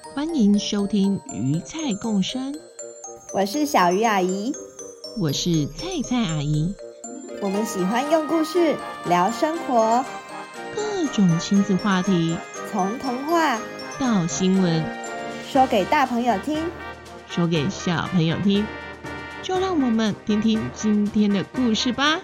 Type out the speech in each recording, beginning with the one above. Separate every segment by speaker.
Speaker 1: 欢迎收听鱼菜共生，
Speaker 2: 我是小鱼阿姨，
Speaker 1: 我是菜菜阿姨。
Speaker 2: 我们喜欢用故事聊生活，
Speaker 1: 各种亲子话题，
Speaker 2: 从童话
Speaker 1: 到新闻，
Speaker 2: 说给大朋友听，
Speaker 1: 说给小朋友听，就让我们听听今天的故事吧。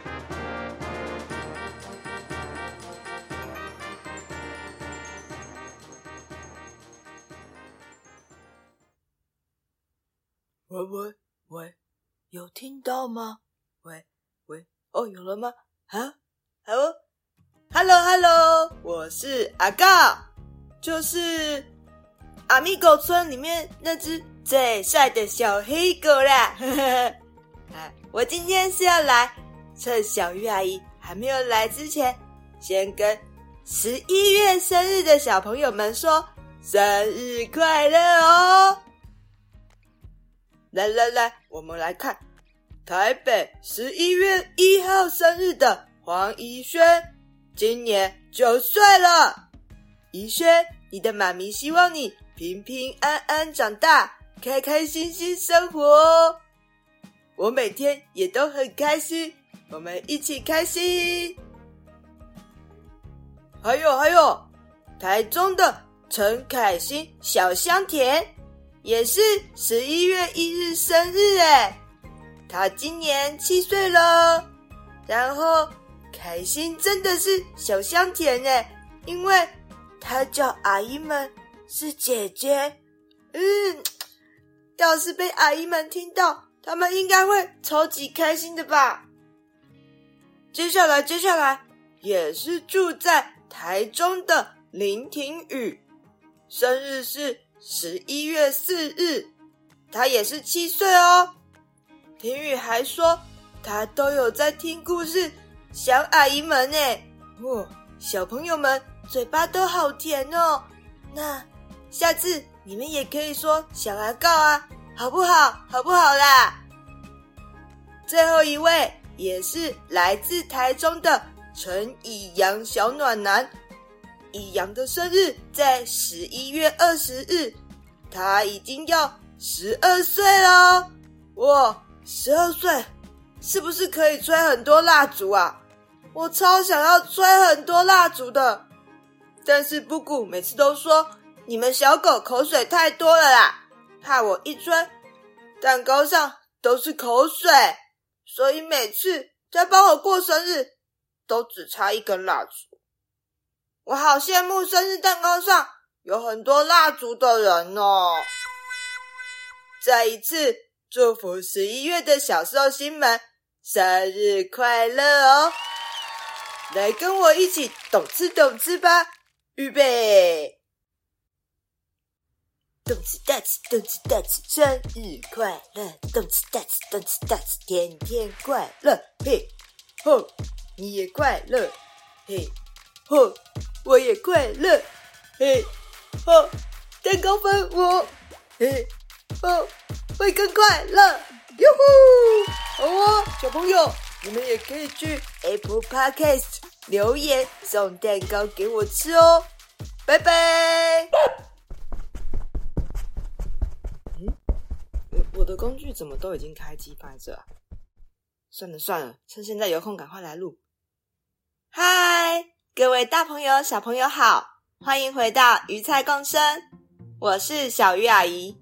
Speaker 3: 喂，有听到吗？喂，哦，有了吗？啊，好哦 ，Hello， 我是阿告，就是阿米狗村里面那只最帅的小黑狗啦。我今天是要来，趁小鱼阿姨还没有来之前，先跟11月生日的小朋友们说生日快乐哦！来，我们来看台北11月1号生日的黄怡轩，今年9岁了。怡轩，你的妈咪希望你平平安安长大，开开心心生活哦。我每天也都很开心，我们一起开心。还有，台中的陈凯欣小香甜也是11月1日生日耶，他今年7岁了。然后凯欣真的是小香甜耶，因为他叫阿姨们是姐姐。要是被阿姨们听到，他们应该会超级开心的吧。接下来也是住在台中的林庭宇，生日是11月4日，他也是7岁哦。庭宇还说他都有在听故事，想阿姨们耶。小朋友们嘴巴都好甜哦，那下次你们也可以说小阿告啊，好不好啦？最后一位也是来自台中的陈以阳小暖男，以阳的生日在11月20日，他已经要12岁了。哇，12岁是不是可以吹很多蜡烛啊？我超想要吹很多蜡烛的，但是布谷每次都说你们小狗口水太多了啦，怕我一吹蛋糕上都是口水，所以每次在帮我过生日都只插一根蜡烛。我好羡慕生日蛋糕上有很多蜡烛的人哦。再一次祝福11月的小寿星们生日快乐哦！来跟我一起动次吧，预备！动次打次，生日快乐！动次打次，天天快乐！嘿，吼，你也快乐！嘿，吼，我也快乐！嘿，吼，蛋糕分我！嘿，吼，会更快乐！哟呼！好哦，小朋友，你们也可以去 Apple Podcast 留言送蛋糕给我吃哦！拜拜！我的工具怎么都已经开机放在这啊？算了，趁现在有空赶快来录。嗨，各位大朋友小朋友好，欢迎回到鱼菜共生，我是小鱼阿姨。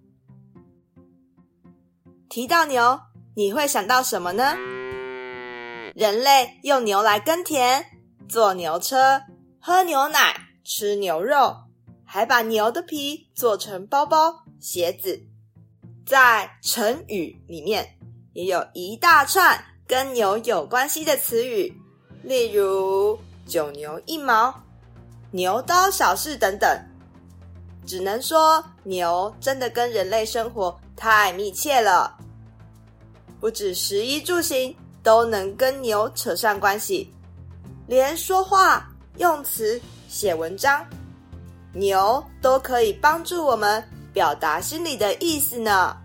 Speaker 3: 提到牛，你会想到什么呢？人类用牛来耕田，坐牛车，喝牛奶，吃牛肉，还把牛的皮做成包包、鞋子。在成语里面也有一大串跟牛有关系的词语，例如九牛一毛、牛刀小试等等。只能说牛真的跟人类生活太密切了，不止食衣住行都能跟牛扯上关系，连说话、用词、写文章，牛都可以帮助我们表达心里的意思呢。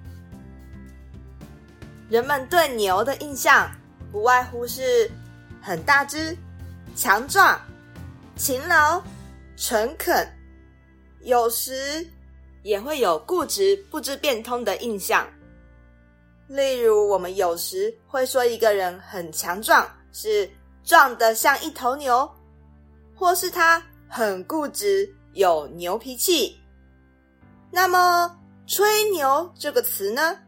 Speaker 3: 人们对牛的印象不外乎是很大只、强壮、勤劳、诚恳，有时也会有固执不知变通的印象。例如我们有时会说一个人很强壮，是壮得像一头牛，或是他很固执，有牛脾气。那么吹牛这个词呢？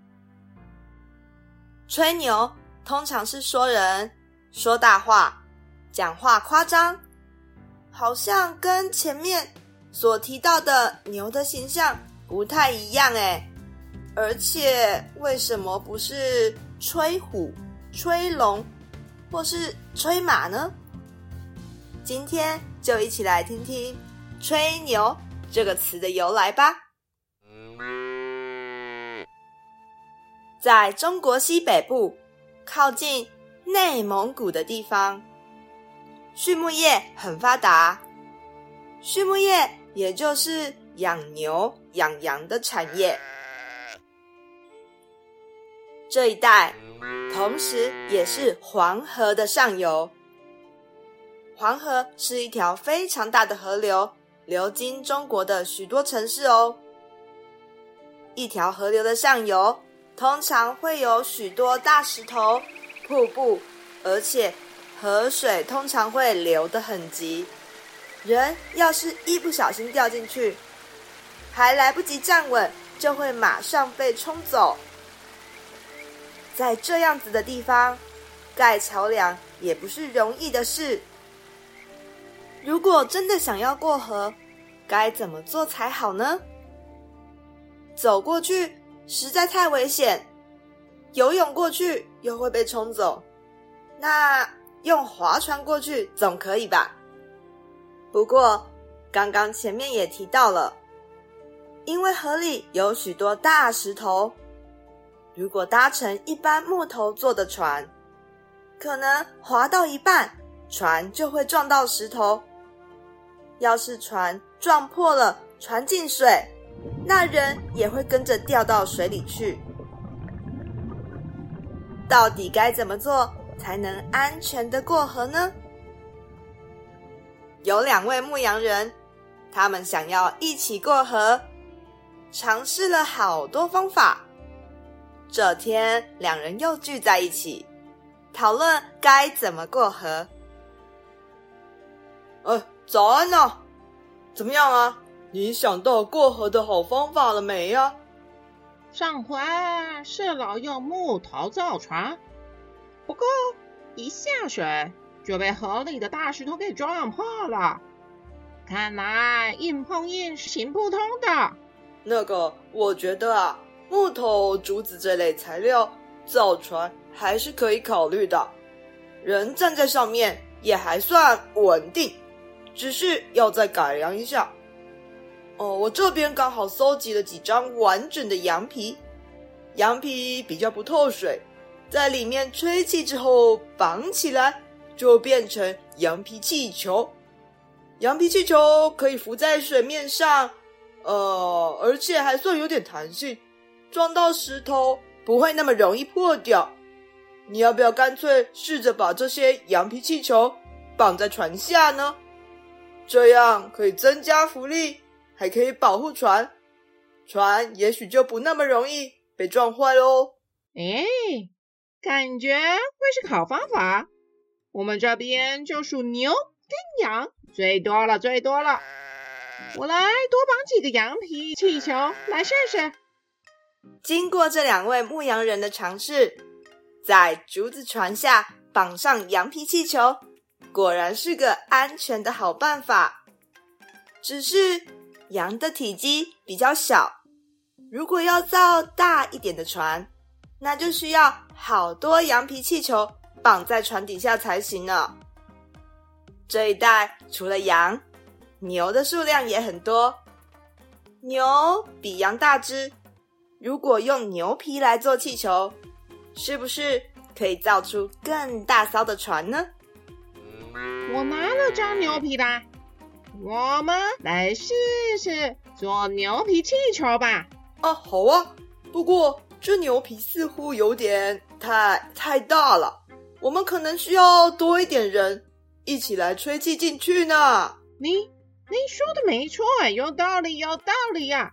Speaker 3: 吹牛通常是说人说大话，讲话夸张，好像跟前面所提到的牛的形象不太一样诶。而且为什么不是吹虎、吹龙或是吹马呢？今天就一起来听听吹牛这个词的由来吧。在中国西北部靠近内蒙古的地方，畜牧业很发达。畜牧业也就是养牛养羊的产业。这一带同时也是黄河的上游。黄河是一条非常大的河流，流经中国的许多城市哦。一条河流的上游通常会有许多大石头、瀑布，而且河水通常会流得很急，人要是一不小心掉进去，还来不及站稳，就会马上被冲走。在这样子的地方，盖桥梁也不是容易的事。如果真的想要过河，该怎么做才好呢？走过去实在太危险，游泳过去又会被冲走，那用划船过去总可以吧？不过刚刚前面也提到了，因为河里有许多大石头，如果搭乘一般木头做的船，可能划到一半，船就会撞到石头。要是船撞破了，船进水，那人也会跟着掉到水里去。到底该怎么做才能安全地过河呢？有2位牧羊人，他们想要一起过河，尝试了好多方法。这天2人又聚在一起，讨论该怎么过河。早安啊，怎么样啊？你想到过河的好方法了没呀？
Speaker 4: 上回是老用木头造船，不过一下水就被河里的大石头给撞破了，看来硬碰硬是行不通的。
Speaker 3: 我觉得啊，木头、竹子这类材料造船还是可以考虑的，人站在上面也还算稳定，只是要再改良一下。我这边刚好搜集了几张完整的羊皮，羊皮比较不透水，在里面吹气之后绑起来，就变成羊皮气球。羊皮气球可以浮在水面上，而且还算有点弹性，撞到石头不会那么容易破掉。你要不要干脆试着把这些羊皮气球绑在船下呢？这样可以增加浮力，还可以保护船，船也许就不那么容易被撞坏咯。
Speaker 4: 感觉会是好方法。我们这边就属牛跟羊最多了。我来多绑几个羊皮气球来试试。
Speaker 3: 经过这2位牧羊人的尝试，在竹子船下绑上羊皮气球，果然是个安全的好办法。只是羊的体积比较小，如果要造大一点的船，那就需要好多羊皮气球绑在船底下才行呢。这一带除了羊，牛的数量也很多。牛比羊大只，如果用牛皮来做气球，是不是可以造出更大艘的船呢？
Speaker 4: 我拿了张牛皮来，我们来试试做牛皮气球吧。
Speaker 3: 好啊，不过这牛皮似乎有点太大了，我们可能需要多一点人一起来吹气进去呢。
Speaker 4: 你说的没错，有道理呀。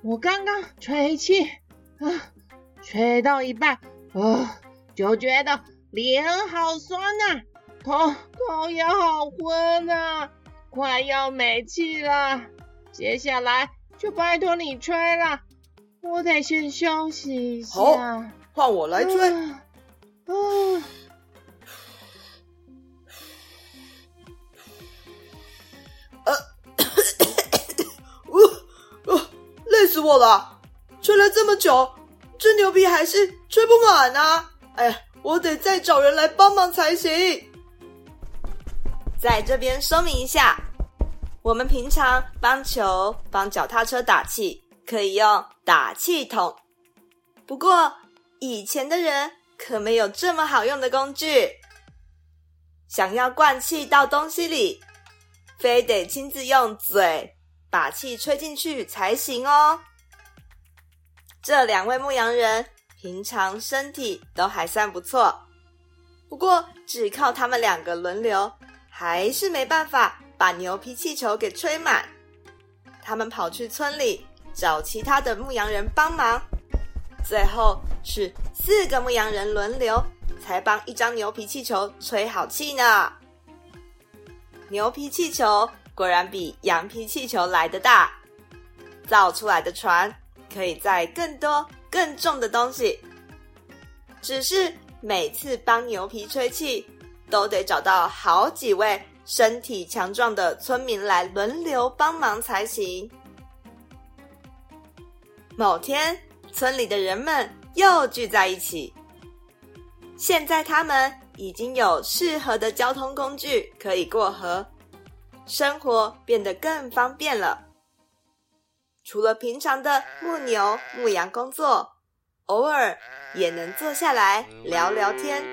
Speaker 4: 我刚刚吹气吹到一半就觉得脸好酸啊，头也好昏啊，快要没气了。接下来就拜托你吹了，我得先休息一下。
Speaker 3: 好，换我来吹。累死我了！吹了这么久，这牛皮还是吹不满啊！哎呀，我得再找人来帮忙才行。在这边说明一下，我们平常帮球、帮脚踏车打气，可以用打气筒。不过以前的人可没有这么好用的工具，想要灌气到东西里，非得亲自用嘴把气吹进去才行哦。这2位牧羊人平常身体都还算不错，不过只靠他们2个轮流，还是没办法把牛皮气球给吹满。他们跑去村里找其他的牧羊人帮忙，最后是4个牧羊人轮流才帮一张牛皮气球吹好气呢。牛皮气球果然比羊皮气球来得大，造出来的船可以载更多更重的东西。只是每次帮牛皮吹气，都得找到好几位身体强壮的村民来轮流帮忙才行。某天，村里的人们又聚在一起，现在他们已经有适合的交通工具可以过河，生活变得更方便了。除了平常的牧牛、牧羊工作，偶尔也能坐下来聊聊天。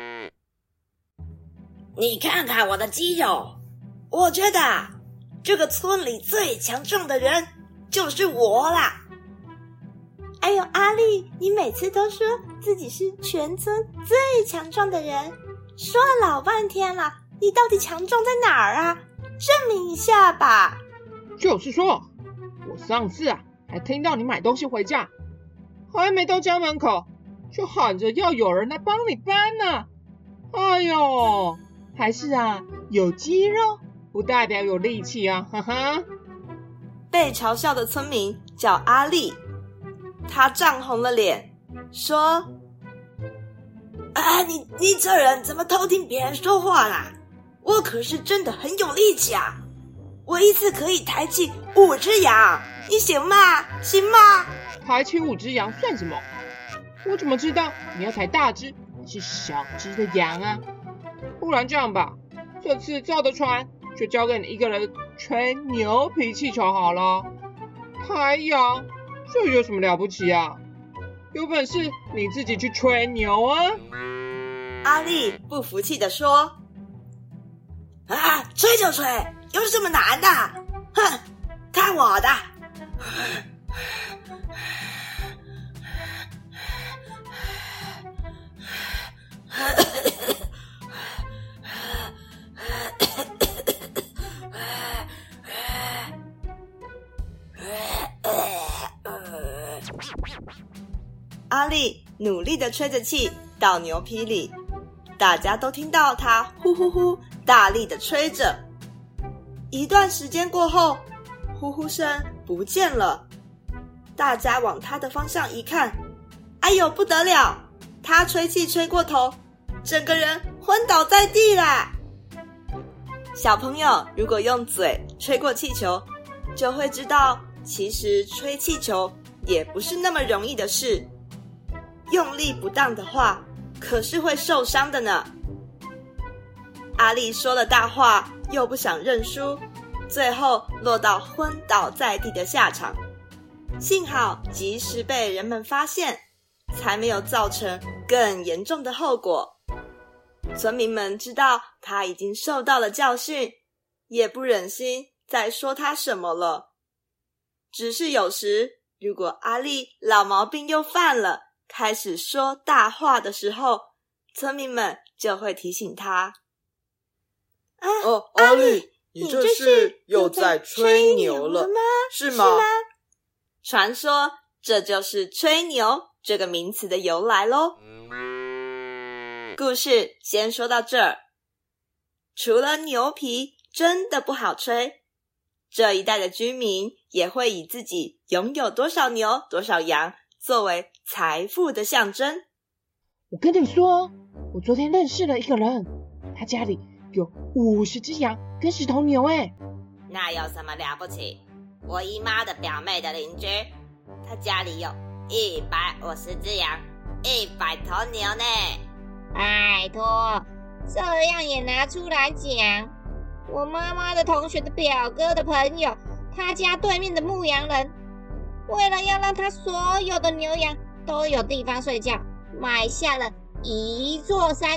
Speaker 5: 你看看我的肌肉，我觉得这个村里最强壮的人就是我啦。
Speaker 2: 哎呦，阿丽，你每次都说自己是全村最强壮的人，说了老半天了，你到底强壮在哪儿啊？证明一下吧。
Speaker 4: 就是说，我上次还听到你买东西回家，还没到家门口，就喊着要有人来帮你搬呢。哎呦，还是有肌肉不代表有力气啊，哈哈。
Speaker 3: 被嘲笑的村民叫阿丽，他涨红了脸，说：
Speaker 5: 你这人怎么偷听别人说话啦？我可是真的很有力气啊，我一次可以抬起5只羊，你行吗？行吗？
Speaker 4: 抬起5只羊算什么？我怎么知道你要抬大只还是小只的羊啊？不然这样吧，这次造的船就交给你一个人吹牛皮气球好了。抬羊这有什么了不起啊？有本事你自己去吹牛啊！
Speaker 3: 阿丽不服气地说：
Speaker 5: 吹就吹，有什么难的？哼，看我的！
Speaker 3: 阿丽努力地吹着气到牛皮里，大家都听到他呼呼呼大力地吹着。一段时间过后，呼呼声不见了，大家往他的方向一看，哎呦不得了，他吹气吹过头，整个人昏倒在地啦。小朋友如果用嘴吹过气球，就会知道其实吹气球也不是那么容易的事，用力不当的话可是会受伤的呢。阿丽说了大话，又不想认输，最后落到昏倒在地的下场。幸好及时被人们发现，才没有造成更严重的后果。村民们知道他已经受到了教训，也不忍心再说他什么了。只是有时如果阿丽老毛病又犯了，开始说大话的时候，村民们就会提醒他：
Speaker 2: 阿丽，你这是又在吹牛了吗？
Speaker 3: 是吗？
Speaker 2: 传说这就是吹牛这个名词的由来咯。故事先说到这儿。除了牛皮真的不好吹，这一带的居民也会以自己拥有多少牛多少羊作为财富的象征。
Speaker 4: 我跟你说，我昨天认识了一个人，他家里有50只羊跟10头牛耶。
Speaker 2: 那有什么了不起？我姨妈的表妹的邻居，她家里有150只羊100头牛呢。
Speaker 6: 拜托，这样也拿出来讲。我妈妈的同学的表哥的朋友，他家对面的牧羊人，为了要让他所有的牛羊都有地方睡觉，买下了一座山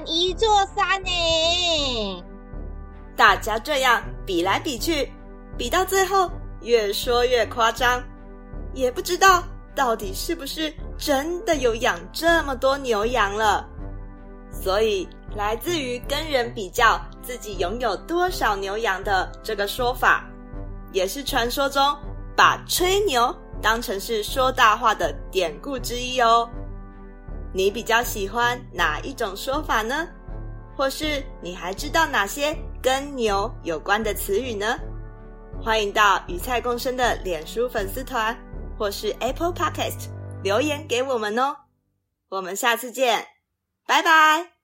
Speaker 6: 呢。
Speaker 2: 大家这样比来比去，比到最后越说越夸张，也不知道到底是不是真的有养这么多牛羊了。所以来自于跟人比较自己拥有多少牛羊的这个说法，也是传说中把吹牛当成是说大话的典故之一哦。你比较喜欢哪一种说法呢？或是你还知道哪些跟牛有关的词语呢？欢迎到与菜共生的脸书粉丝团或是 Apple Podcast 留言给我们哦。我们下次见，拜拜。